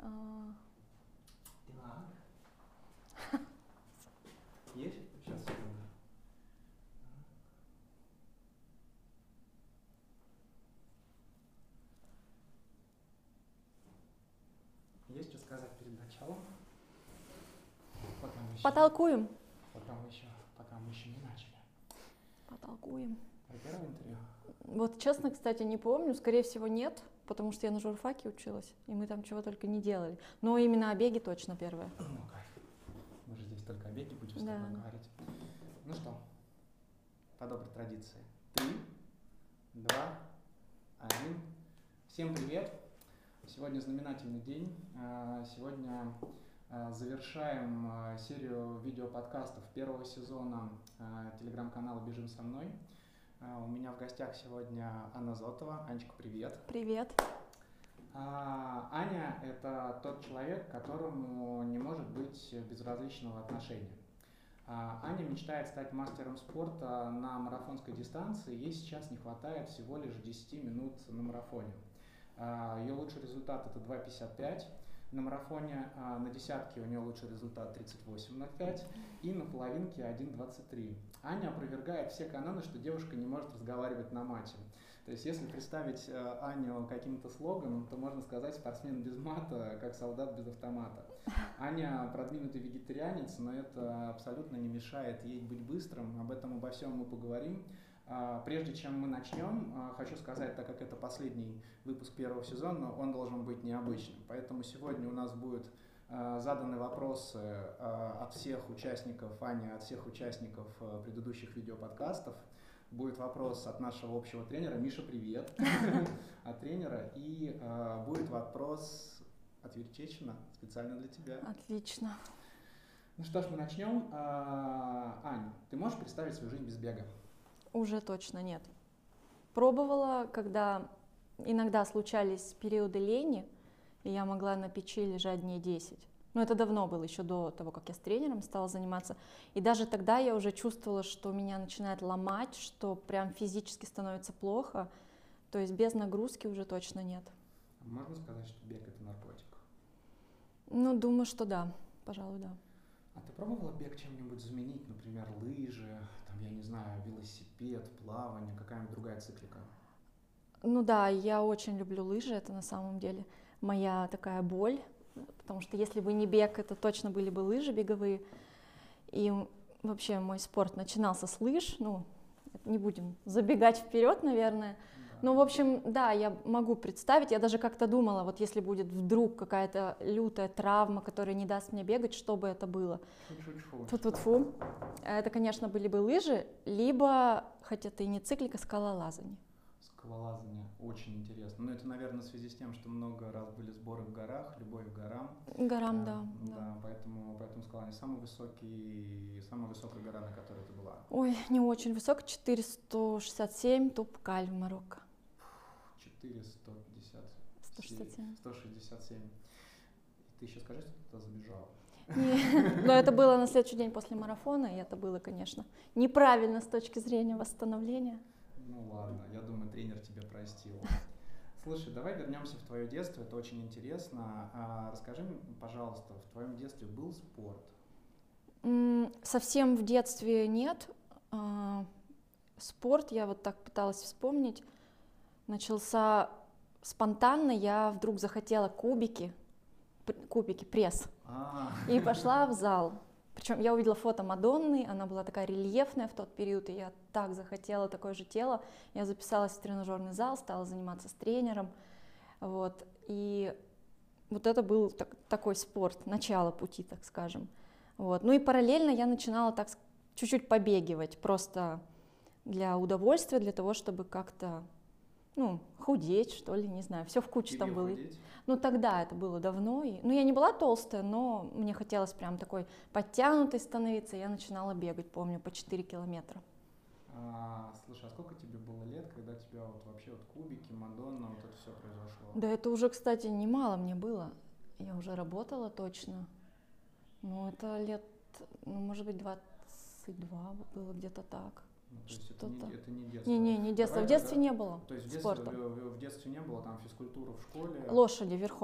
Так. Есть? Сейчас, секунду. Есть что сказать перед началом? Потолкуем. Пока мы еще не начали. Потолкуем. Про первое интервью? Вот честно, кстати, не помню. Скорее всего, нет, потому что я на журфаке училась, и мы там чего только не делали. Но именно о беге точно первое. Ну, кайф. Мы же здесь только о беге будем с тобой говорить. Ну что, по доброй традиции. 3, 2, 1. Всем привет. Сегодня знаменательный день. Сегодня завершаем серию видеоподкастов первого сезона телеграм-канала «Бежим со мной». У меня в гостях сегодня Анна Зотова. Анечка, привет. Привет. Аня – это тот человек, которому не может быть безразличного отношения. Аня мечтает стать мастером спорта на марафонской дистанции. Ей сейчас не хватает всего лишь 10 минут на марафоне. Ее лучший результат – это 2:55. На марафоне на десятке у нее лучший результат 38:05 и на половинке 1:23. Аня опровергает все каноны, что девушка не может разговаривать на мате. То есть если представить Аню каким-то слоганом, то можно сказать «спортсмен без мата, как солдат без автомата». Аня продвинутый вегетарианец, но это абсолютно не мешает ей быть быстрым. Об этом обо всем мы поговорим. Прежде чем мы начнем, хочу сказать, так как это последний выпуск первого сезона, он должен быть необычным. Поэтому сегодня у нас будут заданы вопросы от всех участников Ани, от всех участников предыдущих видеоподкастов. Будет вопрос от нашего общего тренера. Миша, привет! От тренера. И будет вопрос от Верчечина специально для тебя. Отлично. Ну что ж, мы начнем. Ань, ты можешь представить свою жизнь без бега? Уже точно нет. Пробовала, когда иногда случались периоды лени, и я могла на печи лежать дней 10. Но это давно было, еще до того, как я с тренером стала заниматься. И даже тогда я уже чувствовала, что меня начинает ломать, что прям физически становится плохо. То есть без нагрузки уже точно нет. Можно сказать, что бег – это наркотик? Ну, думаю, что да. Пожалуй, да. А ты пробовала бег чем-нибудь заменить? Например, лыжи, там, я не знаю, велосипед, плавание, какая-нибудь другая циклика? Ну да, я очень люблю лыжи, это на самом деле моя такая боль. Потому что если бы не бег, это точно были бы лыжи беговые. И вообще мой спорт начинался с лыж. Ну, не будем забегать вперед, наверное. Да. Но, в общем, да, я могу представить. Я даже как-то думала, вот если будет вдруг какая-то лютая травма, которая не даст мне бегать, что бы это было. Фу-фу-фу. Это, конечно, были бы лыжи, либо, хотя это и не циклика, скалолазание. Скалолазание очень интересно. Но это, наверное, в связи с тем, что много раз были сборы в горах, любовь к горам. Горам, да. Да, поэтому скалолазание. Самая высокая гора, на которой ты была? Ой, не очень высокая, 467, Топ-Каль в Марокко. 167. И ты еще скажи, что ты туда забежала? Но это было на следующий день после марафона, и это было, конечно, неправильно с точки зрения восстановления. Ну ладно, я думаю, тренер тебя простил. Слушай, давай вернемся в твое детство, это очень интересно. Расскажи мне, пожалуйста, в твоем детстве был спорт? Совсем в детстве нет. Спорт, я вот так пыталась вспомнить, начался спонтанно, я вдруг захотела кубики, пресс, и пошла в зал. Причем я увидела фото Мадонны, она была такая рельефная в тот период, и я так захотела такое же тело. Я записалась в тренажерный зал, стала заниматься с тренером. Вот. И вот это был такой спорт, начало пути, так скажем. Вот. Ну и параллельно я начинала так чуть-чуть побегивать, просто для удовольствия, для того, чтобы как-то, худеть, что ли, не знаю, все в куче там было. Худеть? Ну, тогда это было давно. Я не была толстая, но мне хотелось прям такой подтянутой становиться. Я начинала бегать, помню, по 4 километра. Слушай, а сколько тебе было лет, когда тебя вообще кубики, Мадонна, вот это все произошло? Да это уже, кстати, немало мне было. Я уже работала точно. Ну, это лет, может быть, 22 было где-то так. То есть это не детство? Не детство. Давай, в детстве не было То есть спорта. в детстве не было там физкультуры в школе? Лошади верхом.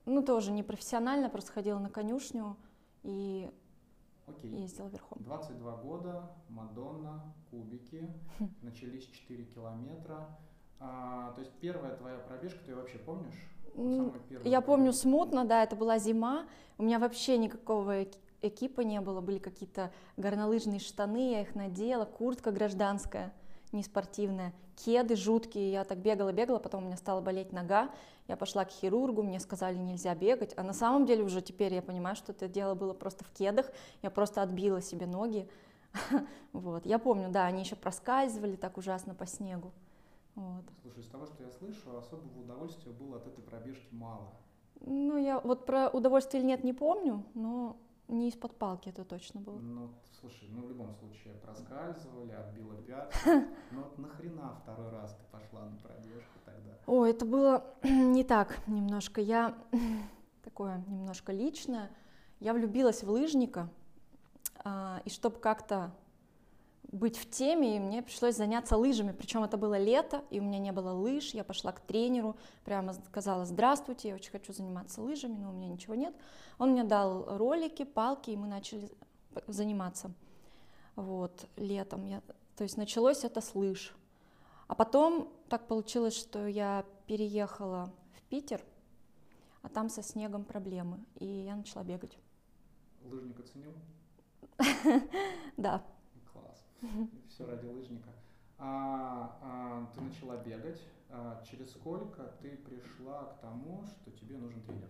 ну тоже не профессионально, просто ходила на конюшню и ездила верхом. 22 года, Мадонна, кубики, начались 4 километра. То есть первая твоя пробежка, ты ее вообще помнишь? Я помню смутно, да, это была зима, у меня вообще никакого экипа не было, были какие-то горнолыжные штаны, я их надела, куртка гражданская, не спортивная, кеды жуткие, я так бегала, потом у меня стала болеть нога, я пошла к хирургу, мне сказали, нельзя бегать, а на самом деле уже теперь я понимаю, что это дело было просто в кедах, я просто отбила себе ноги, вот, я помню, да, они еще проскальзывали так ужасно по снегу. Вот. Слушай, из того, что я слышу, особого удовольствия было от этой пробежки мало. Ну, я вот про удовольствие или нет не помню, но не из-под палки это точно было. Ну, слушай, ну в любом случае проскальзывали, отбила пятки. Но вот нахрена второй раз ты пошла на пробежку тогда? Ой, это было не так немножко. Я такое немножко личное. Я влюбилась в лыжника, и чтобы как-то быть в теме, и мне пришлось заняться лыжами, причем это было лето, и у меня не было лыж, я пошла к тренеру, прямо сказала: здравствуйте, я очень хочу заниматься лыжами, но у меня ничего нет. Он мне дал ролики, палки, и мы начали заниматься вот, летом. То есть началось это с лыж. А потом так получилось, что я переехала в Питер, а там со снегом проблемы, и я начала бегать. Лыжник оценил? Да. Все ради лыжника. Ты начала бегать. Через сколько ты пришла к тому, что тебе нужен тренер?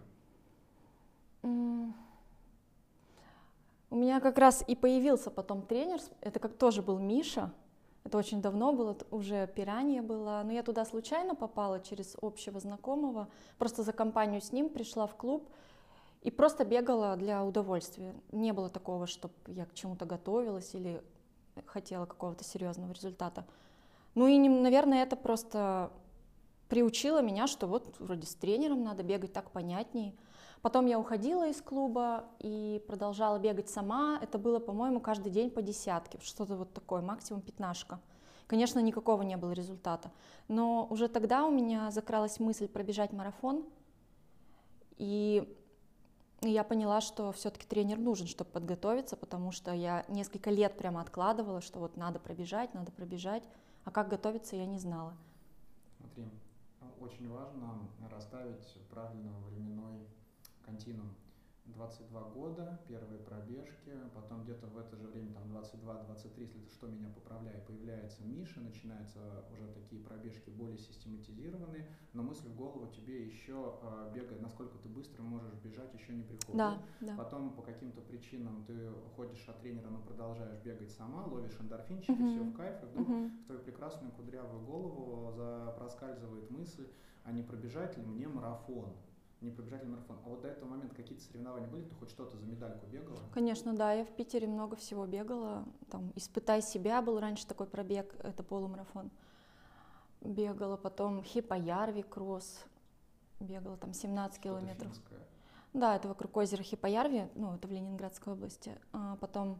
У меня как раз и появился потом тренер. Это как тоже был Миша. Это очень давно было, уже Пиранья была. Но я туда случайно попала через общего знакомого. Просто за компанию с ним пришла в клуб и просто бегала для удовольствия. Не было такого, чтобы я к чему-то готовилась или хотела какого-то серьезного результата. Ну и, наверное, это просто приучило меня, что вот вроде с тренером надо бегать так понятней. Потом я уходила из клуба и продолжала бегать сама. Это было, по-моему, каждый день по десятке, что-то вот такое, максимум пятнашка. Конечно, никакого не было результата. Но уже тогда у меня закралась мысль пробежать марафон. И я поняла, что все-таки тренер нужен, чтобы подготовиться, потому что я несколько лет прямо откладывала, что вот надо пробежать, а как готовиться я не знала. Смотри, очень важно расставить правильно временной континуум. 22 года, первые пробежки, потом где-то в это же время, там 22-23, если что, меня поправляй, появляется Миша, начинаются уже такие пробежки более систематизированные, но мысль в голову тебе еще бегать, насколько ты быстро можешь бежать, еще не приходит. Да. Потом по каким-то причинам ты уходишь от тренера, но продолжаешь бегать сама, ловишь эндорфинчики, все в кайф, и вдруг в твою прекрасную кудрявую голову проскальзывает мысль, а не пробежать ли мне марафон? Не пробежать ли марафон. А вот до этого момента какие-то соревнования были? Ты хоть что-то за медальку бегала? Конечно, да. Я в Питере много всего бегала. Там «Испытай себя» был раньше такой пробег, это полумарафон. Бегала, потом Хипоярви кросс. Бегала там 17 километров. Финская. Да, это вокруг озера Хипоярви, ну, это в Ленинградской области. А потом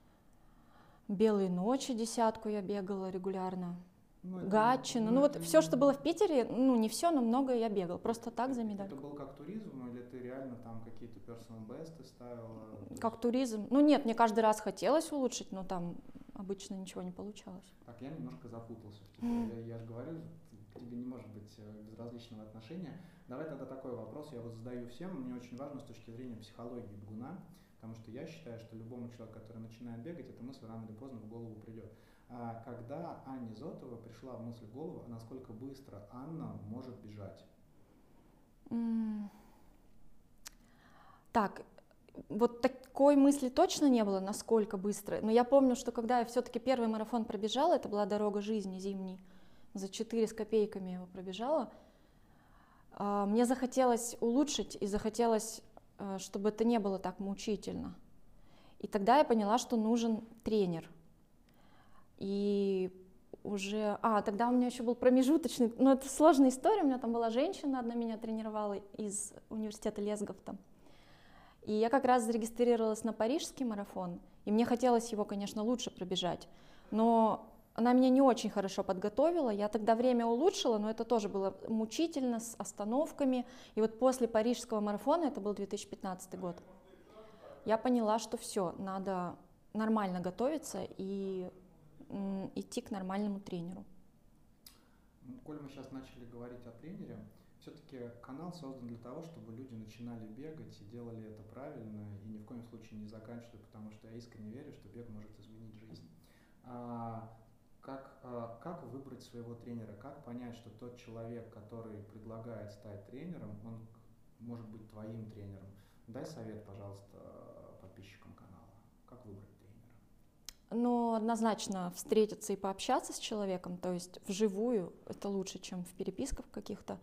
«Белые ночи» десятку я бегала регулярно. Гатчина, ну вот все, что было в Питере, ну не все, но многое я бегала, просто так за медальку. Это был как туризм, или ты реально там какие-то personal бесты ставила? Как туризм? Ну нет, мне каждый раз хотелось улучшить, но там обычно ничего не получалось. Так, я немножко запутался в тебе. Я же говорю, к тебе не может быть безразличного отношения. Давай тогда такой вопрос, я вот задаю всем, мне очень важно с точки зрения психологии бегуна, потому что я считаю, что любому человеку, который начинает бегать, эта мысль рано или поздно в голову придет. Когда Анне Зотовой пришла мысль в голову, насколько быстро Анна может бежать? Так, вот такой мысли точно не было, насколько быстро. Но я помню, что когда я все-таки первый марафон пробежала, это была «Дорога жизни» зимний, за 4 с копейками я его пробежала, мне захотелось улучшить и захотелось, чтобы это не было так мучительно. И тогда я поняла, что нужен тренер. И уже, тогда у меня еще был промежуточный, но это сложная история, у меня там была женщина, одна меня тренировала из университета Лесгофта. И я как раз зарегистрировалась на парижский марафон, и мне хотелось его, конечно, лучше пробежать, но Она меня не очень хорошо подготовила. Я тогда время улучшила, но это тоже было мучительно, с остановками. И вот после парижского марафона, это был 2015 год, я поняла, что все, надо нормально готовиться и идти к нормальному тренеру. Коль мы сейчас начали говорить о тренере, все-таки канал создан для того, чтобы люди начинали бегать и делали это правильно, и ни в коем случае не заканчивали, потому что я искренне верю, что бег может изменить жизнь. Как выбрать своего тренера? Как понять, что тот человек, который предлагает стать тренером, он может быть твоим тренером? Дай совет, пожалуйста, подписчикам канала. Как выбрать тренера? Но однозначно встретиться и пообщаться с человеком, то есть вживую, это лучше, чем в переписках каких-то.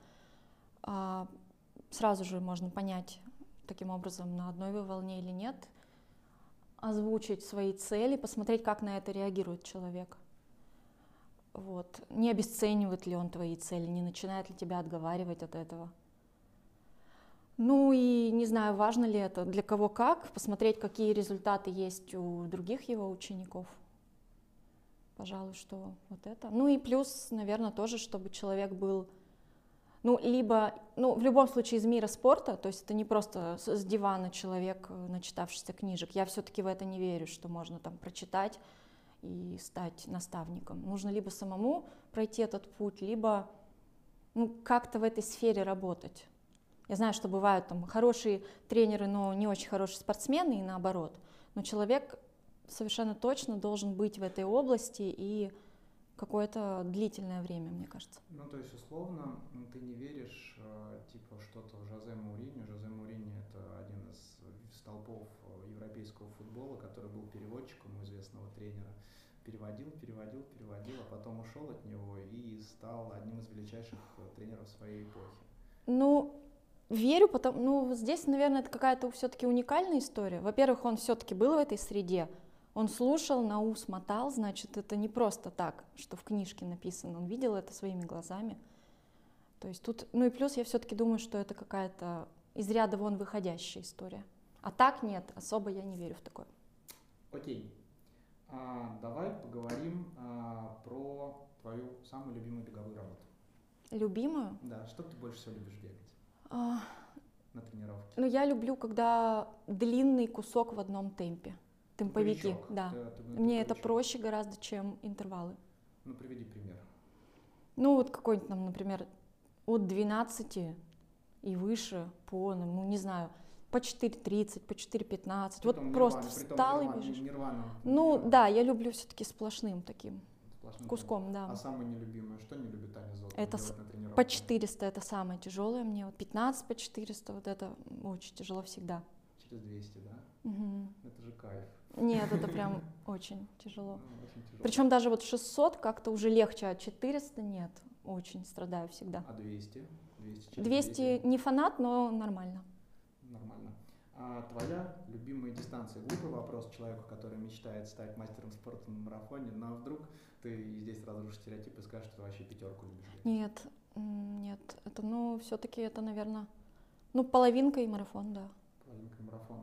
Сразу же можно понять, таким образом, на одной вы волне или нет, озвучить свои цели, посмотреть, как на это реагирует человек. Вот. Не обесценивает ли он твои цели, не начинает ли тебя отговаривать от этого. Ну и не знаю, важно ли это, для кого как, посмотреть, какие результаты есть у других его учеников. Пожалуй, что вот это. Ну и плюс, наверное, тоже, чтобы человек был, в любом случае из мира спорта, то есть это не просто с дивана человек, начитавшийся книжек. Я все-таки в это не верю, что можно там прочитать и стать наставником. Нужно либо самому пройти этот путь, либо как-то в этой сфере работать. Я знаю, что бывают там хорошие тренеры, но не очень хорошие спортсмены и наоборот. Но человек совершенно точно должен быть в этой области и какое-то длительное время, мне кажется. То есть, условно, ты не веришь, что-то в Жозе Мауриньо. Жозе Мауриньо — это один из столпов европейского футбола, который был переводчиком у известного тренера. Переводил, а потом ушел от него и стал одним из величайших тренеров своей эпохи. Верю, здесь, наверное, это какая-то все-таки уникальная история. Во-первых, он все-таки был в этой среде, он слушал, на ус мотал, значит, это не просто так, что в книжке написано, он видел это своими глазами. То есть тут, и плюс я все-таки думаю, что это какая-то из ряда вон выходящая история. А так нет, особо я не верю в такое. Окей. Давай поговорим про твою самую любимую беговую работу. Любимую? Да, что ты больше всего любишь бегать на тренировке? Я люблю, когда длинный кусок в одном темпе. Темповики, да. Мне это проще гораздо, чем интервалы. Приведи пример. Какой-нибудь там, например, от 12 и выше по, не знаю, по 4:30, по 4:15. Вот просто встал и бежишь. Да, я люблю все-таки сплошным таким куском, да. А самое нелюбимое, что не любит Аня Зотова это делать на тренировке? По 400 это самое тяжелое мне, 15 по 400, вот это очень тяжело всегда. Через 200, да? Угу. Это же кайф. Нет, это прям очень тяжело. Причем даже 600 как-то уже легче, а 400 нет, очень страдаю всегда. А 200? 200 не фанат, но нормально. Нормально. А твоя любимая дистанция? Глупый вопрос человеку, который мечтает стать мастером спорта на марафоне, но вдруг ты здесь разрушишь стереотипы и скажешь, что ты вообще пятерку любишь бегать. Нет, это, все-таки это, наверное, половинка и марафон, да. Половинка и марафон.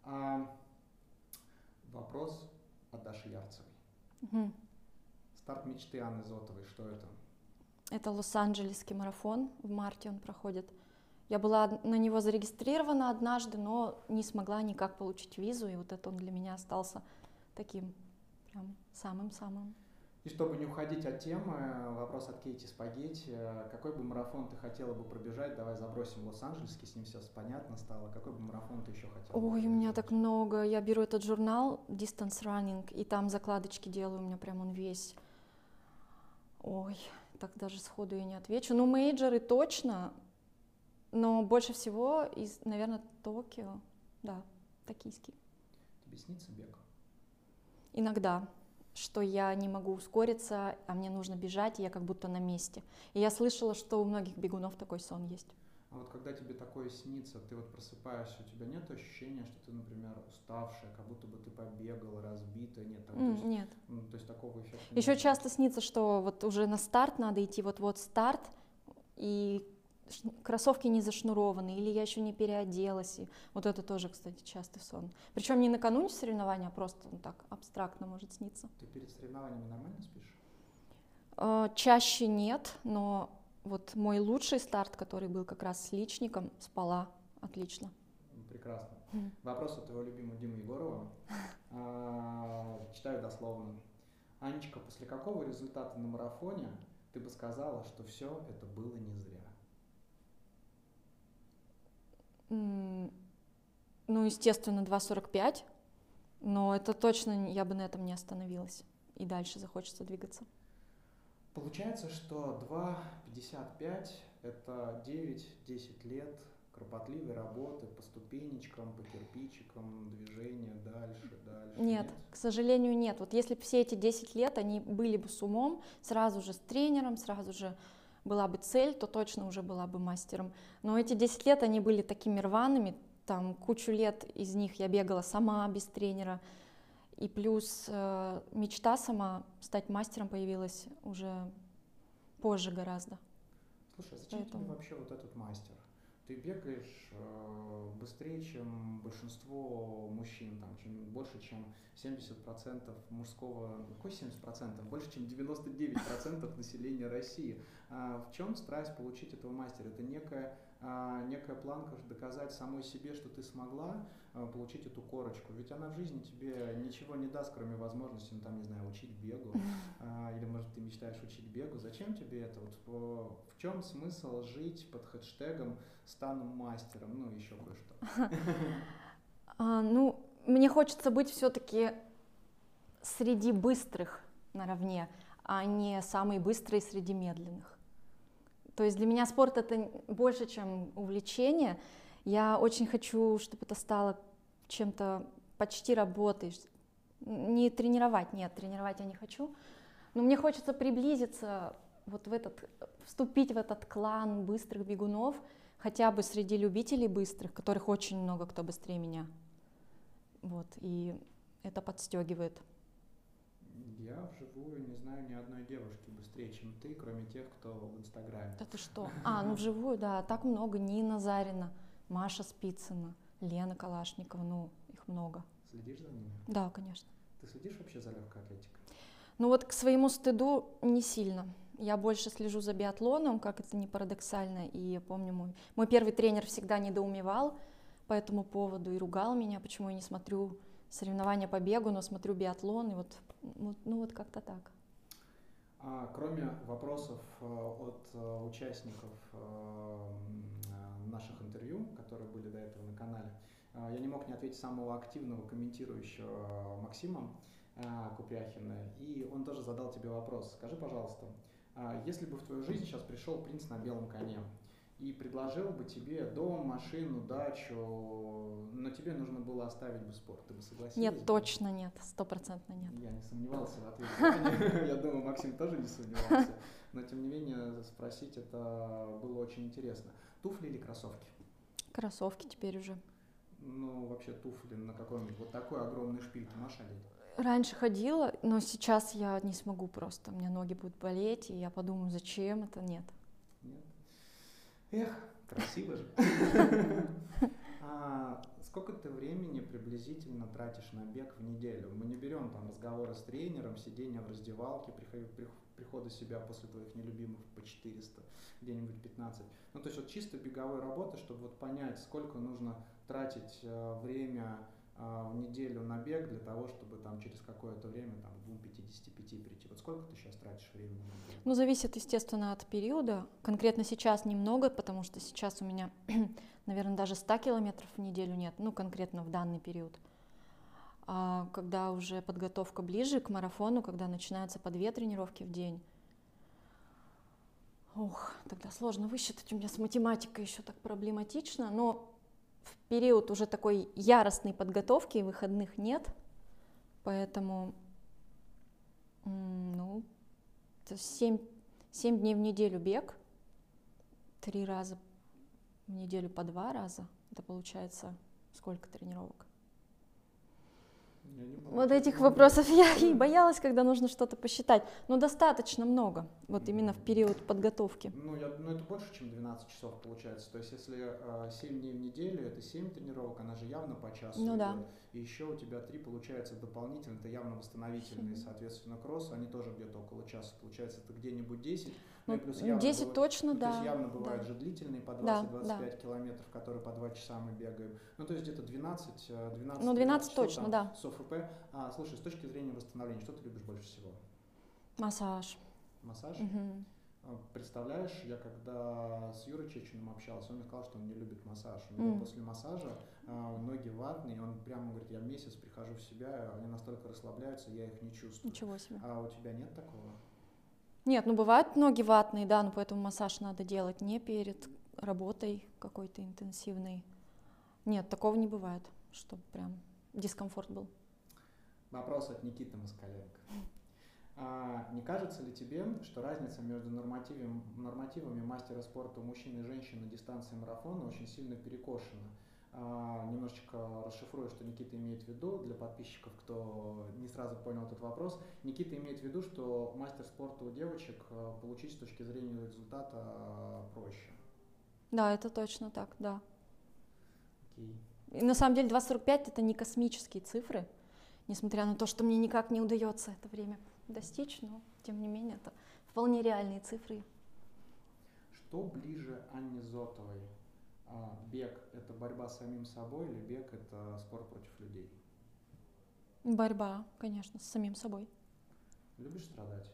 Вопрос от Даши Ярцевой. Угу. Старт мечты Анны Зотовой, что это? Это Лос-Анджелесский марафон, в марте он проходит. Я была на него зарегистрирована однажды, но не смогла никак получить визу, и вот это он для меня остался таким прям самым-самым. И чтобы не уходить от темы, вопрос от Кейти Спагетти. Какой бы марафон ты хотела бы пробежать? Давай забросим Лос-Анджелесский, с ним все понятно стало. Какой бы марафон ты еще хотела бы пробежать? У меня так много. Я беру этот журнал Distance Running, и там закладочки делаю, у меня прям он весь. Так даже сходу я не отвечу. Мейджоры точно, но больше всего наверное, Токио, да, токийский. Тебе снится бег? Иногда, что я не могу ускориться, а мне нужно бежать, и я как будто на месте. И я слышала, что у многих бегунов такой сон есть. А вот когда тебе такое снится, ты просыпаешься, у тебя нет ощущения, что ты, например, уставшая, как будто бы ты побегала, разбитая? Нет. Нет. То есть такого эффекта нет. Еще часто снится, что вот уже на старт надо идти, вот старт, и кроссовки не зашнурованы, или я еще не переоделась. И вот это тоже, кстати, частый сон. Причем не накануне соревнования, а просто так абстрактно может сниться. Ты перед соревнованиями нормально спишь? Чаще нет, но вот мой лучший старт, который был как раз с личником, спала отлично. Прекрасно. Вопрос от твоего любимого Димы Егорова. Читаю дословно. Анечка, после какого результата на марафоне ты бы сказала, что все это было не зря? Ну, естественно, 2:45, но это точно я бы на этом не остановилась. И дальше захочется двигаться. Получается, что 2:55 – это 9-10 лет кропотливой работы по ступенечкам, по кирпичикам, движения дальше. Нет, к сожалению, нет. Вот если бы все эти 10 лет они были бы с умом, сразу же с тренером, сразу же была бы цель, то точно уже была бы мастером. Но эти 10 лет они были такими рваными, там кучу лет из них я бегала сама, без тренера. И плюс мечта сама стать мастером появилась уже позже гораздо. Слушай, а зачем тебе вообще вот этот мастер? Ты бегаешь быстрее, чем большинство мужчин, там, больше, чем 70% мужского, какой 70%? Больше, чем 99% населения России. В чем страсть получить этого мастера? Это некая планка доказать самой себе, что ты смогла получить эту корочку. Ведь она в жизни тебе ничего не даст, кроме возможности, ну, там, не знаю, учить бегу. Или, может, ты мечтаешь учить бегу. Зачем тебе это? Вот в чем смысл жить под хэштегом «стану мастером», ну, еще кое-что? Ну, мне хочется быть все-таки среди быстрых наравне, а не самый быстрый среди медленных. То есть для меня спорт — это больше, чем увлечение. Я очень хочу, чтобы это стало чем-то почти работой. Не тренировать, нет, тренировать я не хочу. Но мне хочется приблизиться, вот вступить в этот клан быстрых бегунов, хотя бы среди любителей быстрых, которых очень много, кто быстрее меня. Вот, и это подстегивает. Я вживую не знаю ни одной девушки быстрее, чем ты, кроме тех, кто в Инстаграме. Да ты что? Ну вживую, да, так много. Нина Зарина, Маша Спицына, Лена Калашникова, ну, их много. Следишь за ними? Да, конечно. Ты следишь вообще за легкой атлетикой? Ну вот к своему стыду не сильно. Я больше слежу за биатлоном, как это ни парадоксально. И я помню, мой первый тренер всегда недоумевал по этому поводу и ругал меня, почему я не смотрю соревнования по бегу, но смотрю биатлон, и вот как-то так. Кроме вопросов от участников наших интервью, которые были до этого на канале, я не мог не ответить самого активного комментирующего Максима Купряхина, и он тоже задал тебе вопрос. Скажи, пожалуйста, если бы в твою жизнь сейчас пришел принц на белом коне и предложил бы тебе дом, машину, дачу, но тебе нужно было оставить бы спорт, ты бы согласилась? Нет, точно нет, 100% нет. Я не сомневался в ответе. Я думаю, Максим тоже не сомневался. Но тем не менее спросить это было очень интересно. Туфли или кроссовки? Кроссовки теперь уже. Ну, вообще туфли на какой-нибудь вот такой огромный шпиль ты можешь одеть? Раньше ходила, но сейчас я не смогу просто. У меня ноги будут болеть, и я подумаю, зачем это? Нет. Нет? Эх, красиво же. Сколько ты времени приблизительно тратишь на бег в неделю? Мы не берем там разговоры с тренером, сидения в раздевалке, прихода себя после твоих нелюбимых по 400, где-нибудь 15. Ну, то есть вот чисто беговой работы, чтобы вот понять, сколько нужно тратить время в неделю на бег для того, чтобы там через какое-то время там, к 2:55 прийти. Вот сколько ты сейчас тратишь времени на бег? Ну, зависит, естественно, от периода. Конкретно сейчас немного, потому что сейчас у меня, наверное, даже 100 километров в неделю нет, ну, конкретно в данный период. А когда уже подготовка ближе к марафону, когда начинаются по 2 тренировки в день, тогда сложно высчитать, у меня с математикой еще так проблематично, но в период уже такой яростной подготовки выходных нет, поэтому, 7 дней в неделю бег, 3 раза в неделю по 2 раза, это получается сколько тренировок? Вот этих вопросов я и боялась, когда нужно что-то посчитать. Но достаточно много, вот именно в период подготовки. Ну, это больше, чем 12 часов получается. То есть, если 7 дней в неделю, это 7 тренировок, она же явно по часу Ну, идет. да. И еще у тебя 3, получается, дополнительно, это явно восстановительные, соответственно, кросс, они тоже где-то около часа. Получается, это где-нибудь 10. Ну, и плюс 10 бывает, точно, ну, да. То есть явно бывают да. же длительные по 20-25 да. километров, которые по 2 часа мы бегаем. Ну, то есть где-то 12 Ну, 12 часов, точно, там, да. с ОФП. Слушай, с точки зрения восстановления, что ты любишь больше всего? Массаж. Массаж? Угу. Представляешь, я когда с Юрой Чеченым общался, он мне сказал, что он не любит массаж. У него после массажа ноги ватные, он прямо говорит, я месяц прихожу в себя, они настолько расслабляются, я их не чувствую. Ничего себе. А у тебя нет такого? Нет, ну бывают ноги ватные, да, но поэтому массаж надо делать не перед работой какой-то интенсивной. Нет, такого не бывает, чтобы прям дискомфорт был. Вопрос от Никиты Москаленко. Не кажется ли тебе, что разница между нормативами мастера спорта у мужчин и женщин на дистанции марафона очень сильно перекошена? Немножечко расшифрую, что Никита имеет в виду для подписчиков, кто не сразу понял этот вопрос. Никита имеет в виду, что мастер спорта у девочек получить с точки зрения результата проще. Да, это точно так, да. Окей. И на самом деле 2:45 это не космические цифры, несмотря на то, что мне никак не удается это время достичь, но тем не менее это вполне реальные цифры. Что ближе Анне Зотовой? Бег – это борьба с самим собой или бег – это спорт против людей? Борьба, конечно, с самим собой. Любишь страдать?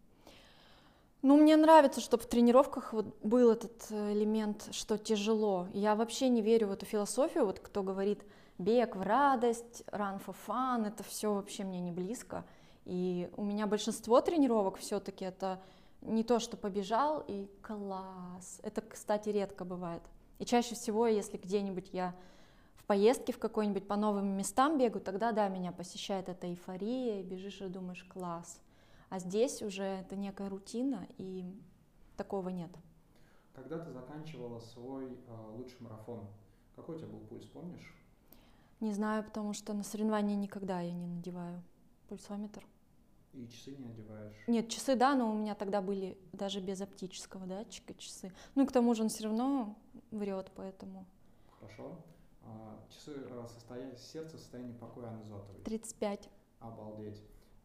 Ну, мне нравится, чтобы в тренировках вот был этот элемент, что тяжело. Я вообще не верю в эту философию, вот кто говорит бег в радость, run for fun, это все вообще мне не близко. И у меня большинство тренировок все-таки это не то, что побежал и класс. Это, кстати, редко бывает. И чаще всего, если где-нибудь я в поездке в какой-нибудь по новым местам бегаю, тогда, да, меня посещает эта эйфория, и бежишь и думаешь, класс. А здесь уже это некая рутина, и такого нет. Когда ты заканчивала свой лучший марафон, какой у тебя был пульс, помнишь? Не знаю, потому что на соревнования никогда я не надеваю пульсометр. И часы не одеваешь? Нет, часы, да, но у меня тогда были даже без оптического датчика часы. Ну и к тому же он все равно врет, поэтому... Хорошо. Часы сердца в состоянии покоя Анны Зотовой? 35. Обалдеть.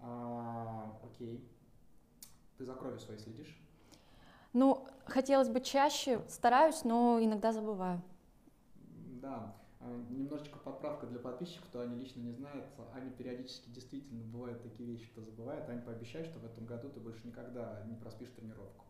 Окей. Ты за кровью своей следишь? Ну, хотелось бы чаще, стараюсь, но иногда забываю. Да. Немножечко подправка для подписчиков, кто Аню лично не знает. Аня периодически действительно бывают такие вещи, кто забывает. Аня, пообещай, что в этом году ты больше никогда не проспишь тренировку.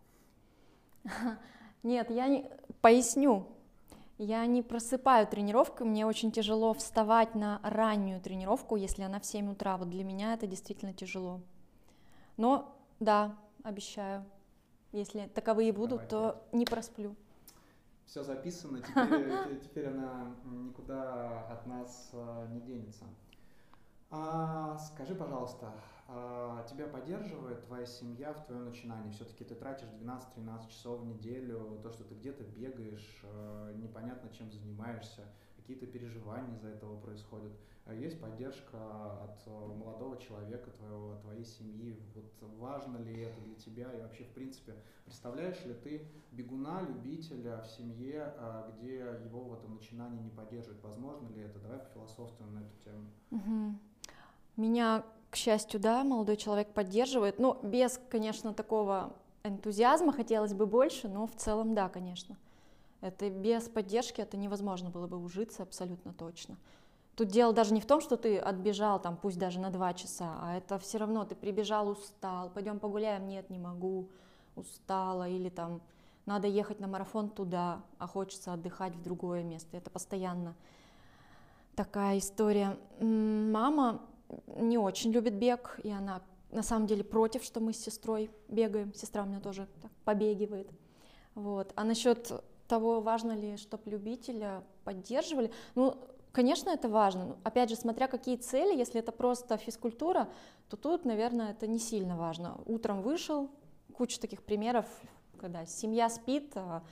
Нет, я не... Поясню. Я не просыпаю тренировку, мне очень тяжело вставать на раннюю тренировку, если она в 7 утра. Вот для меня это действительно тяжело. Но да, обещаю, если таковые будут, то не просплю. Все записано, теперь она никуда от нас не денется. Скажи, пожалуйста, тебя поддерживает твоя семья в твоем начинании? Все-таки ты тратишь 12-13 часов в неделю, то, что ты где-то бегаешь, непонятно чем занимаешься, какие-то переживания из-за этого происходят. Есть поддержка от молодого человека, твоей семьи? Вот важно ли это для тебя? И вообще, в принципе, представляешь ли ты бегуна, любителя в семье, где его в этом начинании не поддерживают? Возможно ли это? Давай пофилософствуем на эту тему. Угу. Меня, к счастью, да, молодой человек поддерживает. Ну, без, конечно, такого энтузиазма хотелось бы больше, но в целом, да, конечно. Это без поддержки это невозможно было бы ужиться абсолютно точно. Тут дело даже не в том, что ты отбежал, там, пусть даже на 2 часа, а это все равно ты прибежал, устал, пойдем погуляем, нет, не могу, устала, или там надо ехать на марафон туда, а хочется отдыхать в другое место. Это постоянно такая история. Мама не очень любит бег, и она на самом деле против, что мы с сестрой бегаем. Сестра у меня тоже так побегивает. Вот. А насчет того, важно ли, чтобы любителя поддерживали, ну, конечно, это важно. Опять же, смотря какие цели, если это просто физкультура, то тут, наверное, это не сильно важно. Утром вышел, куча таких примеров, когда семья спит, а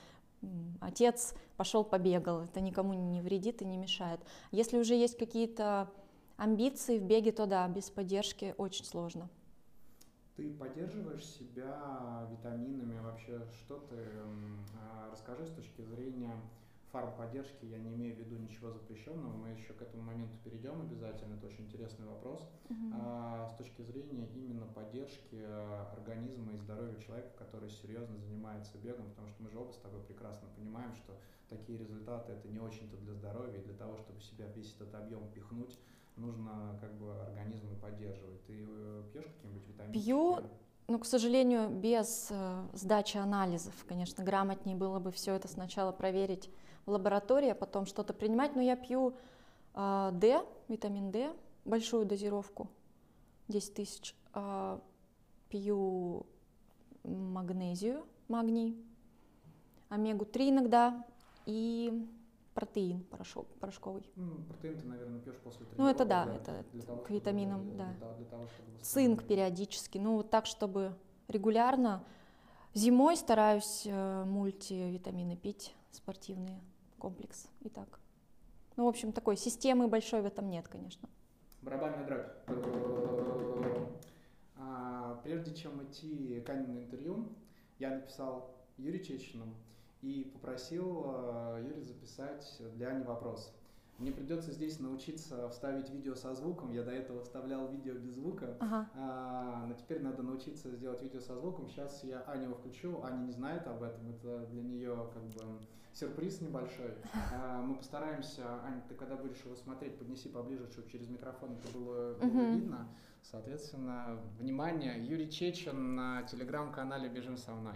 отец пошел побегал, это никому не вредит и не мешает. Если уже есть какие-то Амбиции в беге, то да, без поддержки очень сложно. Ты поддерживаешь себя витаминами вообще? Что ты расскажи с точки зрения фармподдержки, я не имею в виду ничего запрещенного, мы еще к этому моменту перейдем обязательно, это очень интересный вопрос. С точки зрения именно поддержки организма и здоровья человека, который серьезно занимается бегом, потому что мы же оба с тобой прекрасно понимаем, что такие результаты это не очень-то для здоровья, и для того, чтобы в себя весь этот объем пихнуть, нужно как бы организм поддерживать. Ты пьешь какие-нибудь витамины? Пью, но, к сожалению, без сдачи анализов. Конечно, грамотнее было бы все это сначала проверить в лаборатории, а потом что-то принимать. Но я пью D, витамин D, большую дозировку, 10 тысяч. Пью магнезию, магний, омегу-3 иногда и протеин порошковый. Протеин ты, наверное, пьешь после тренировки. Ну это да, это того, к витаминам, да. Для того, чтобы цинк периодически, ну вот так, чтобы регулярно. Зимой стараюсь мультивитамины пить, спортивные, комплекс и так. Ну, в общем, такой системы большой в этом нет, конечно. Барабанная дробь. Прежде чем идти к Ане на интервью, я написал Юрию Чечину и попросил Юрия записать для Ани вопрос. Мне придется здесь научиться вставить видео со звуком. Я до этого вставлял видео без звука, но теперь надо научиться сделать видео со звуком. Сейчас я Аню его включу. Аня не знает об этом. Это для нее как бы сюрприз небольшой. Мы постараемся, Аня, ты когда будешь его смотреть, поднеси поближе, чтобы через микрофон это было видно. Соответственно, внимание, Юрий Чечин на телеграм-канале «Бежим со мной».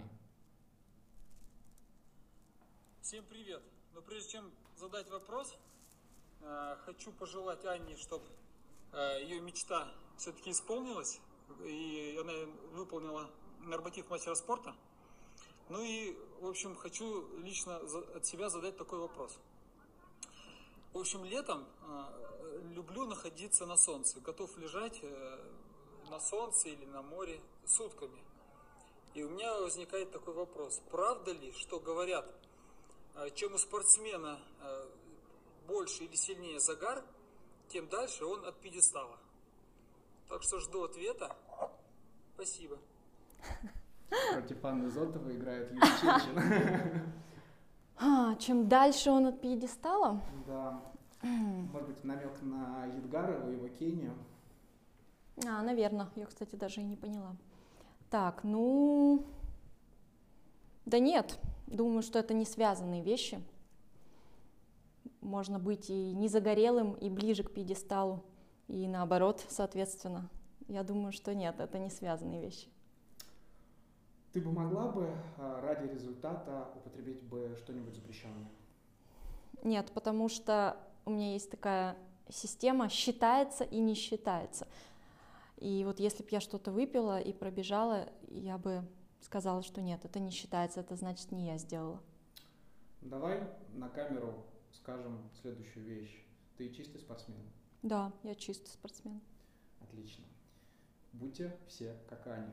Всем привет! Но прежде чем задать вопрос, хочу пожелать Анне, чтобы ее мечта все-таки исполнилась, и она выполнила норматив мастера спорта. Ну и, в общем, хочу лично от себя задать такой вопрос. В общем, летом люблю находиться на солнце, готов лежать на солнце или на море сутками. И у меня возникает такой вопрос. Правда ли, что говорят, чем у спортсмена больше или сильнее загар, тем дальше он от пьедестала? Так что жду ответа. Спасибо. Против Анны Зотовой играет Юрий Чечин. Чем дальше он от пьедестала? Да. Может быть, намек на Едгарова, его Кению. Наверное. Я, кстати, даже и не поняла. Так, ну... Да нет. Думаю, что это не связанные вещи. Можно быть и не загорелым, и ближе к пьедесталу, и наоборот, соответственно. Я думаю, что нет, это не связанные вещи. Ты бы могла бы ради результата употребить бы что-нибудь запрещенное? Нет, потому что у меня есть такая система «считается и не считается». И вот если бы я что-то выпила и пробежала, я бы сказала, что нет, это не считается, это значит не я сделала. Давай на камеру скажем следующую вещь. Ты чистый спортсмен? Да, я чистый спортсмен. Отлично. Будьте все как Аня.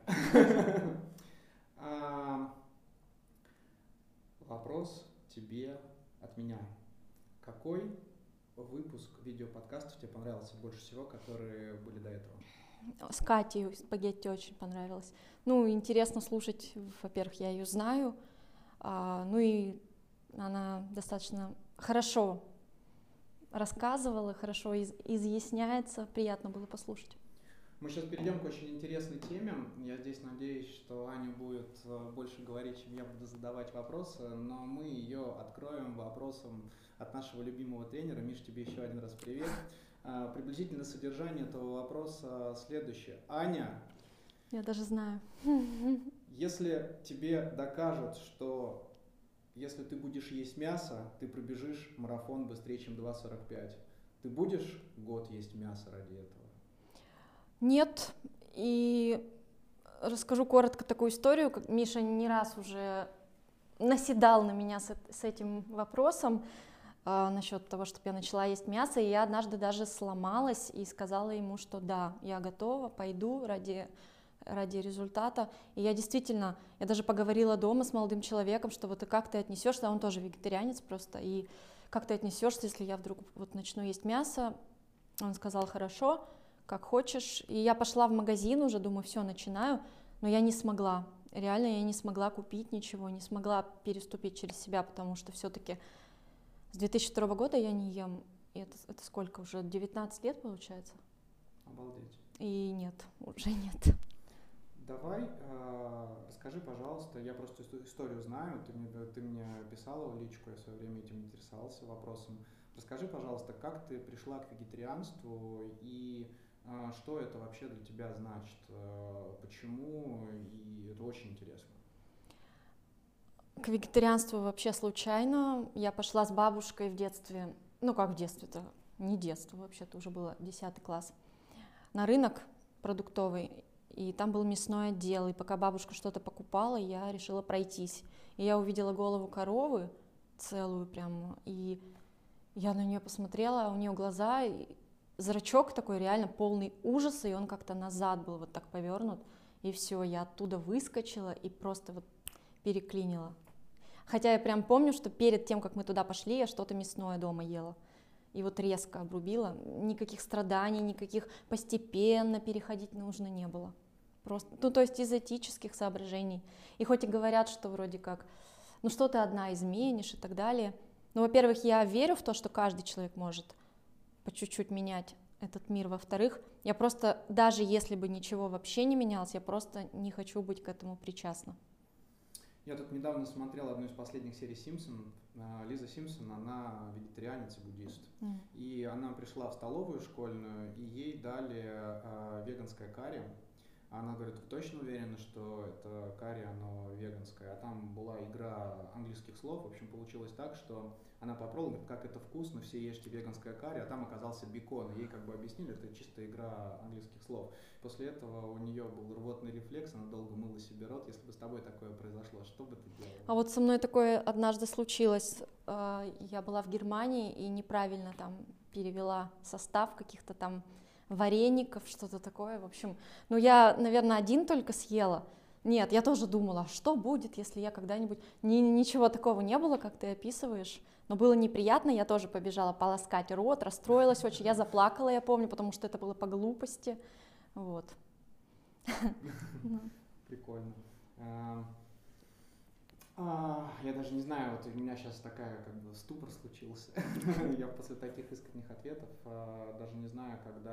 Вопрос тебе от меня. Какой выпуск видеоподкастов тебе понравился больше всего, которые были до этого? С Катей спагетти очень понравилось. Ну, интересно слушать, во-первых, я ее знаю, ну и она достаточно хорошо рассказывала, хорошо изъясняется, приятно было послушать. Мы сейчас перейдем к очень интересной теме. Я здесь надеюсь, что Аня будет больше говорить, чем я буду задавать вопросы, но мы ее откроем вопросом от нашего любимого тренера. Миш, тебе еще один раз привет. Приблизительное содержание этого вопроса следующее. Аня, я даже знаю. Если тебе докажут, что если ты будешь есть мясо, ты пробежишь марафон быстрее, чем 2:45, ты будешь год есть мясо ради этого? Нет, и расскажу коротко такую историю, как Миша не раз уже наседал на меня с этим вопросом насчет того, чтобы я начала есть мясо, и я однажды даже сломалась и сказала ему, что да, я готова, пойду ради результата. И я действительно, я даже поговорила дома с молодым человеком, что вот и как ты отнесешься, он тоже вегетарианец просто, и как ты отнесешься, если я вдруг вот начну есть мясо. Он сказал: хорошо, как хочешь. И я пошла в магазин уже, думаю, все, начинаю, но я не смогла. Реально я не смогла купить ничего, не смогла переступить через себя, потому что все-таки с 2002 года я не ем. И это сколько уже? 19 лет получается? Обалдеть. И нет, уже нет. Давай, расскажи, пожалуйста, я просто историю знаю, ты мне писала в личку, я в свое время этим интересовался вопросом. Расскажи, пожалуйста, как ты пришла к вегетарианству и что это вообще для тебя значит, почему, и это очень интересно. К вегетарианству вообще случайно. Я пошла с бабушкой в детстве, ну как в детстве-то, не детство вообще-то, уже было 10 класс, на рынок продуктовый, и там был мясной отдел, и пока бабушка что-то покупала, я решила пройтись. И я увидела голову коровы целую прям, и я на нее посмотрела, а у нее глаза, и зрачок такой реально полный ужаса, и он как-то назад был вот так повернут, и все, я оттуда выскочила и просто вот переклинила. Хотя я прям помню, что перед тем, как мы туда пошли, я что-то мясное дома ела. И вот резко обрубила. Никаких страданий, никаких постепенно переходить нужно не было. Просто, ну, то есть из этических соображений. И хоть и говорят, что вроде как, ну, что ты одна изменишь и так далее. Ну, во-первых, я верю в то, что каждый человек может по чуть-чуть менять этот мир. Во-вторых, я просто, даже если бы ничего вообще не менялось, я просто не хочу быть к этому причастна. Я тут недавно смотрел одну из последних серий «Симпсон». Лиза Симпсон, она вегетарианец и буддист. И она пришла в столовую школьную, и ей дали веганское карри. Она говорит: вы точно уверены, что это карри, оно веганское? А там была игра английских слов. В общем, получилось так, что она попробовала, говорит, как это вкусно, все ешьте веганское карри, а там оказался бекон. Ей как бы объяснили, это чисто игра английских слов. После этого у нее был рвотный рефлекс, она долго мыла себе рот. Если бы с тобой такое произошло, что бы ты делала? А вот со мной такое однажды случилось. Я была в Германии и неправильно там перевела состав каких-то там вареников, что-то такое, в общем. Ну, я, наверное, один только съела. Нет, я тоже думала, что будет, если я когда-нибудь... Ничего такого не было, как ты описываешь, но было неприятно, я тоже побежала полоскать рот, расстроилась очень, я заплакала, я помню, потому что это было по глупости, вот. Прикольно. Я даже не знаю, вот у меня сейчас такая как бы ступор случился. Я после таких искренних ответов даже не знаю, как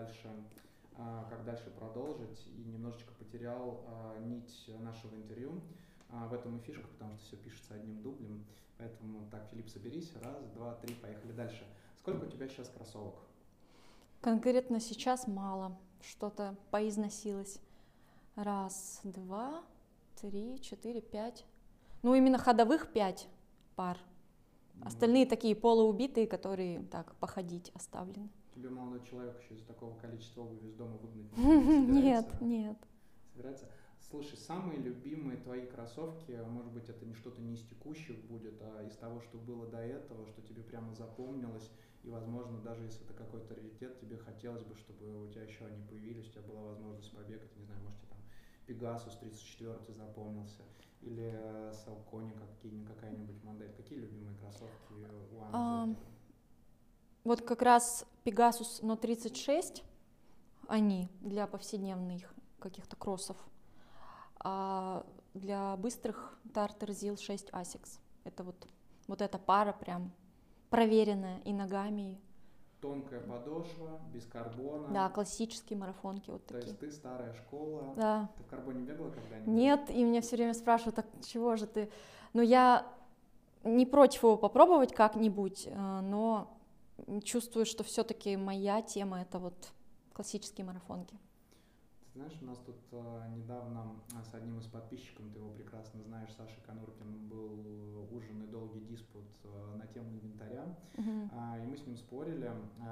дальше продолжить, и немножечко потерял нить нашего интервью. В этом и фишка, потому что все пишется одним дублем. Поэтому так, Филипп, соберись. 1, 2, 3, поехали дальше. Сколько у тебя сейчас кроссовок? Конкретно сейчас мало. Что-то поизносилось. 1, 2, 3, 4, 5. Ну, именно ходовых 5 пар. Остальные такие полуубитые, которые так походить оставлены. Тебе молодой человек еще из такого количества обуви из дома выгнать? Нет. Собирается? Слушай, самые любимые твои кроссовки, может быть, это не что-то не из текущих будет, а из того, что было до этого, что тебе прямо запомнилось, и, возможно, даже если это какой-то раритет, тебе хотелось бы, чтобы у тебя еще они появились, у тебя была возможность побегать, не знаю, может, тебе там Пегасус 34 запомнился, или Салкони какая-нибудь модель. Какие любимые кроссовки у Анны? Вот как раз Pegasus No 36, они для повседневных каких-то кроссов, а для быстрых Tartar Zil 6 Asics. Это вот эта пара прям проверенная и ногами. Тонкая подошва, без карбона. Да, классические марафонки вот такие. То есть ты старая школа. Да. Ты в карбоне бегала когда-нибудь? Нет, и меня все время спрашивают, так чего же ты? Но я не против его попробовать как-нибудь, но чувствую, что все-таки моя тема — это вот классические марафонки. Ты знаешь, у нас тут недавно с одним из подписчиков, ты его прекрасно знаешь, Сашей Конуркиным, был ужин и долгий диспут на тему инвентаря. И мы с ним спорили,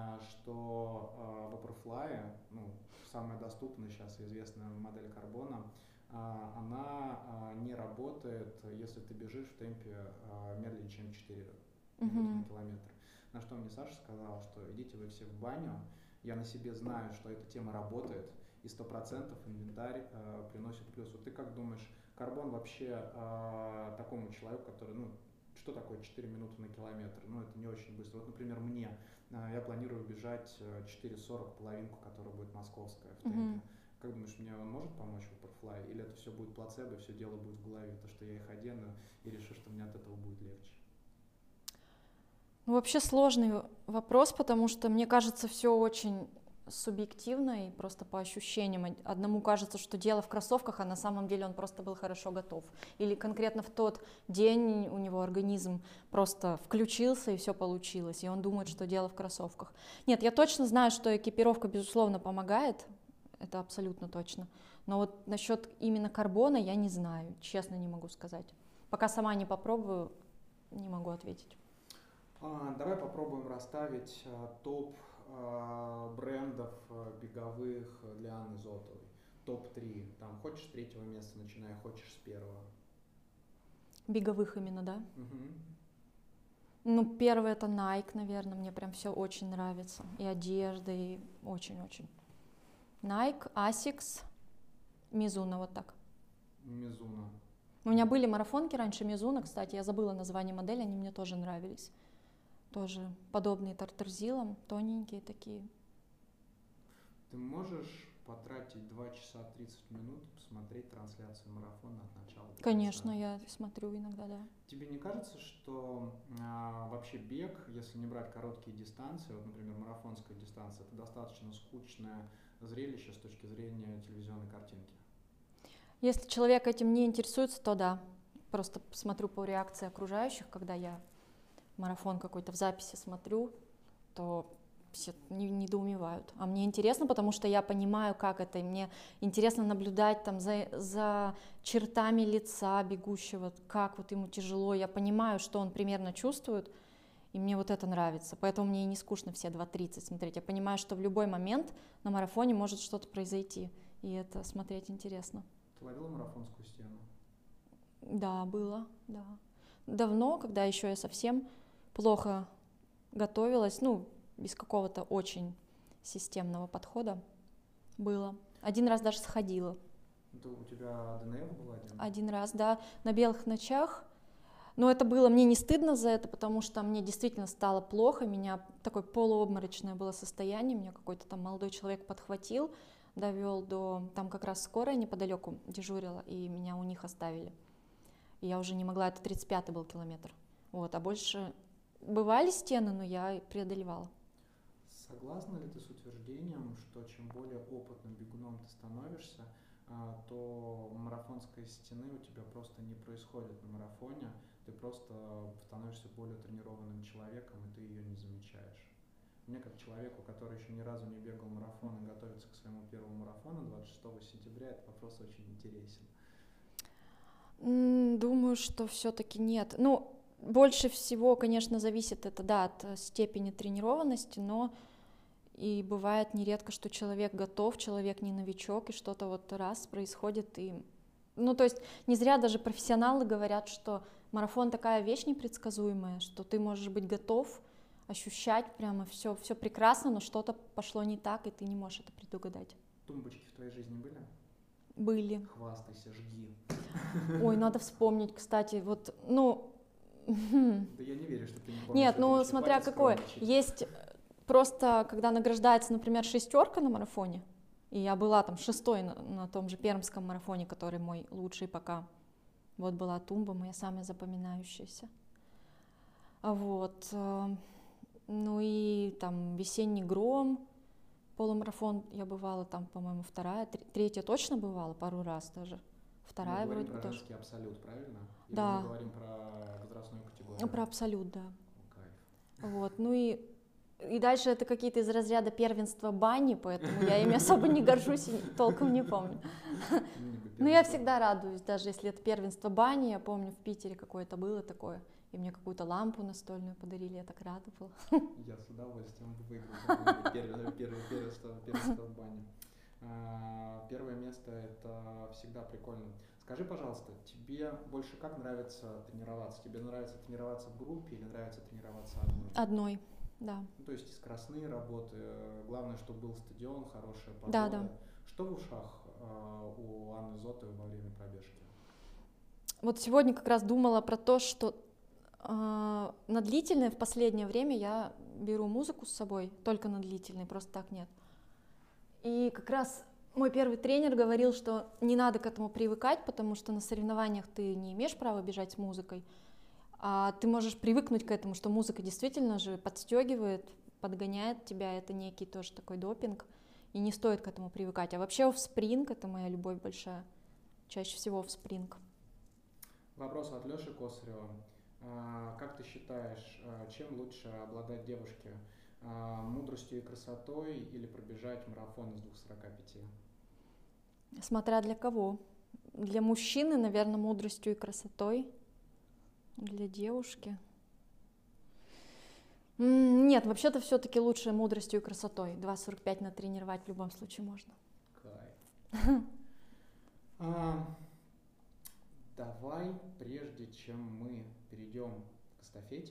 что Vaporfly, самая доступная сейчас и известная модель карбона, она не работает, если ты бежишь в темпе медленнее, чем 4 минуты на километр. На что мне Саша сказал, что идите вы все в баню, я на себе знаю, что эта тема работает, и 100% инвентарь приносит плюс. Вот ты как думаешь, карбон вообще такому человеку, который что такое 4 минуты на километр? Ну, это не очень быстро. Вот, например, я планирую бежать 4:40, половинку, которая будет московская в темпе. Как думаешь, мне он может помочь в Vaporfly? Или это все будет плацебо, и все дело будет в голове, то, что я их одену, и решу, что мне от этого будет легче? Ну, вообще сложный вопрос, потому что, мне кажется, все очень субъективно и просто по ощущениям. Одному кажется, что дело в кроссовках, а на самом деле он просто был хорошо готов. Или конкретно в тот день у него организм просто включился и все получилось, и он думает, что дело в кроссовках. Нет, я точно знаю, что экипировка, безусловно, помогает, это абсолютно точно. Но вот насчет именно карбона я не знаю, честно не могу сказать. Пока сама не попробую, не могу ответить. Давай попробуем расставить топ брендов беговых для Анны Зотовой. Топ-3. Там хочешь с 3-го места, начиная, хочешь с 1-го. Беговых именно, да? Угу. Ну, первый это Nike, наверное, мне прям все очень нравится. И одежда, и очень-очень. Nike, Asics, Mizuno, вот так. Mizuno. У меня были марафонки раньше Mizuno, кстати, я забыла название модели, они мне тоже нравились. Тоже подобные Тартерзилам, тоненькие такие. Ты можешь потратить 2 часа 30 минут посмотреть трансляцию марафона от начала до конца? Конечно, я смотрю иногда, да. Тебе не кажется, что вообще бег, если не брать короткие дистанции, вот, например, марафонская дистанция, это достаточно скучное зрелище с точки зрения телевизионной картинки? Если человек этим не интересуется, то да. Просто смотрю по реакции окружающих, когда я марафон какой-то в записи смотрю, то все недоумевают. А мне интересно, потому что я понимаю, как это, и мне интересно наблюдать там за чертами лица бегущего, как вот ему тяжело. Я понимаю, что он примерно чувствует, и мне вот это нравится. Поэтому мне и не скучно все 2:30 смотреть. Я понимаю, что в любой момент на марафоне может что-то произойти, и это смотреть интересно. Ты ловила марафонскую стену? Да, было, да. Давно, когда еще я совсем плохо готовилась, ну, без какого-то очень системного подхода было. Один раз даже сходила. Это у тебя ДНФ был один? Один раз, да, на белых ночах. Но это было, мне не стыдно за это, потому что мне действительно стало плохо, меня такое полуобморочное было состояние, меня какой-то там молодой человек подхватил, довел до, там как раз скорая неподалеку дежурила, и меня у них оставили. И я уже не могла, это 35-й был километр. Вот, а больше бывали стены, но я преодолевала. Согласна ли ты с утверждением, что чем более опытным бегуном ты становишься, то марафонской стены у тебя просто не происходит на марафоне, ты просто становишься более тренированным человеком, и ты ее не замечаешь? Мне, как человеку, который еще ни разу не бегал марафон и готовится к своему первому марафону 26 сентября, этот вопрос очень интересен. Думаю, что все-таки нет. Ну, больше всего, конечно, зависит это, да, от степени тренированности, но и бывает нередко, что человек готов, человек не новичок, и что-то вот раз происходит. И... Ну, то есть не зря даже профессионалы говорят, что марафон такая вещь непредсказуемая, что ты можешь быть готов, ощущать прямо все прекрасно, но что-то пошло не так, и ты не можешь это предугадать. Тумбочки в твоей жизни были? Были. Хвастайся, жги. Ой, надо вспомнить, кстати, вот, ну... Да я не верю, что ты не помнишь. Нет, ну смотря какой. Есть просто, когда награждается, например, 6 на марафоне, и я была там 6-й на том же пермском марафоне, который мой лучший пока. Вот была тумба, моя самая запоминающаяся. Вот. Ну и там весенний гром, полумарафон я бывала там, по-моему, 2-я, 3-я точно бывала пару раз даже. 2-я вроде бы тоже. Мы говорим про женский абсолют, правильно? Или да. мы говорим про возрастную категорию? Про абсолют, да. Кайф. Вот, ну и дальше это какие-то из разряда первенства бани, поэтому я ими особо не горжусь и толком не помню. Но я всегда радуюсь, даже если это первенство бани, я помню, в Питере какое-то было такое, и мне какую-то лампу настольную подарили, я так рада была. Я с удовольствием выиграл первенство в бане. Первое место — это всегда прикольно. Скажи, пожалуйста, тебе больше как нравится тренироваться? Тебе нравится тренироваться в группе или нравится тренироваться одной? Одной, да. Ну, то есть скоростные работы, главное, чтобы был стадион, хорошая погода. Да. Что в ушах у Анны Зотовой во время пробежки? Вот сегодня как раз думала про то, что На длительное в последнее время я беру музыку с собой, только на длительные, просто так нет. И как раз мой первый тренер говорил, что не надо к этому привыкать, потому что на соревнованиях ты не имеешь права бежать с музыкой, а ты можешь привыкнуть к этому, что музыка действительно же подстегивает, подгоняет тебя, это некий тоже такой допинг, и не стоит к этому привыкать. А вообще оффспринг — это моя любовь большая, чаще всего оффспринг. Вопрос от Лёши Косарева. Как ты считаешь, чем лучше обладать девушке? Мудростью и красотой или пробежать марафон из 2:45? Смотря для кого. Для мужчины, наверное, мудростью и красотой. Для девушки. Нет, вообще-то все-таки лучше мудростью и красотой. 2:45 натренировать в любом случае можно. Кайф. Давай, прежде чем мы перейдем к эстафете,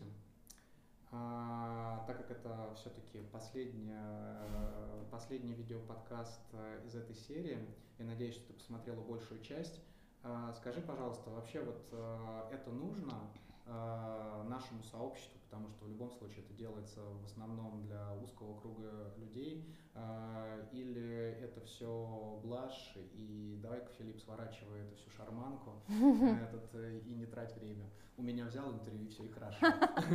так как это все-таки последний видеоподкаст из этой серии, я надеюсь, что ты посмотрела большую часть. Скажи, пожалуйста, вообще вот это нужно нашему сообществу, потому что в любом случае это делается в основном для узкого круга людей, или это все блажь, и давай-ка, Филипп, сворачивай эту всю шарманку и не трать время. У меня взял интервью, все, и хорошо.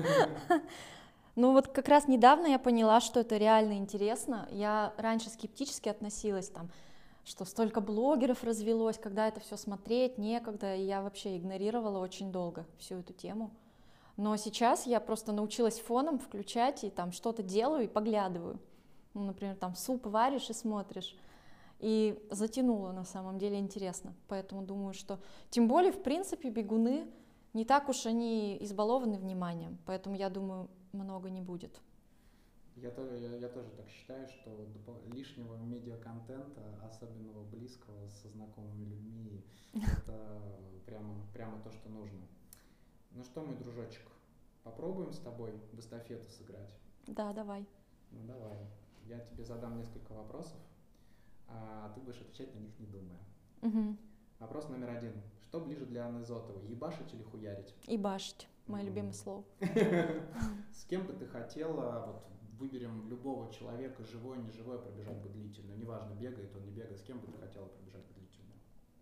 Ну вот как раз недавно я поняла, что это реально интересно. Я раньше скептически относилась, что столько блогеров развелось, когда это все смотреть, некогда, и я вообще игнорировала очень долго всю эту тему. Но сейчас я просто научилась фоном включать и там что-то делаю и поглядываю. Ну, например, там суп варишь и смотришь. И затянуло, на самом деле интересно. Поэтому думаю, что... Тем более, в принципе, бегуны не так уж они избалованы вниманием. Поэтому, я думаю, много не будет. Я тоже так считаю, что лишнего медиаконтента, особенного близкого со знакомыми людьми, это прямо то, что нужно. Ну что, мой дружочек, попробуем с тобой в эстафету сыграть? Да, давай. Ну давай. Я тебе задам несколько вопросов, а ты будешь отвечать на них, не думая. Угу. Вопрос номер 1. Что ближе для Анны Зотовой, ебашить или хуярить? Ебашить. Мое любимое слово. С кем бы ты хотела, вот выберем любого человека, живой, неживой, пробежать бы длительную. Неважно, бегает он, не бегает, с кем бы ты хотела пробежать бы длительную?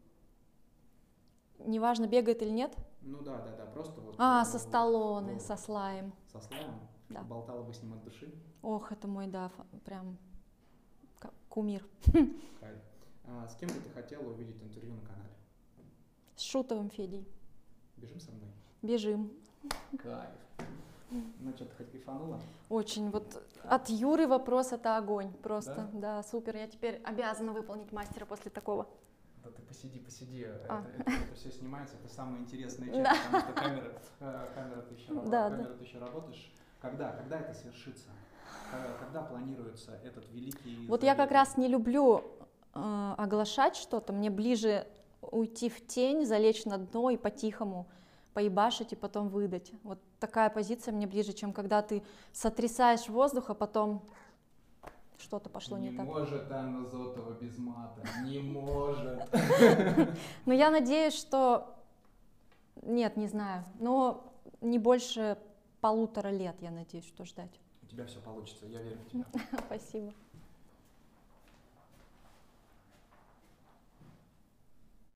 Неважно, бегает или нет? Ну да, просто вот. Со Сталлоне, вот. со Слаем. Со Слаем? Да. Болтала бы с ним от души? Ох, это мой, да, прям кумир. Кайф. С кем бы ты хотела увидеть интервью на канале? С Шутовым Федей. Бежим со мной? Бежим. Кайф. Ну что, ты хоть кайфанула? Очень. Вот от Юры вопрос — это огонь. Просто, да, супер. Я теперь обязана выполнить мастера после такого. Да ты посиди. Это все снимается, это самая интересная часть, потому что камера ты еще работаешь. Когда это свершится? Когда планируется этот великий... Вот я как раз не люблю оглашать что-то. Мне ближе уйти в тень, залечь на дно и по-тихому поебашить и потом выдать. Вот такая позиция мне ближе, чем когда ты сотрясаешь воздух, а потом что-то пошло не так. Не может Анна Зотова без мата, не может. Но я надеюсь, что... Нет, не знаю, но не больше 1,5 лет, я надеюсь, что ждать. У тебя все получится, я верю в тебя. Спасибо.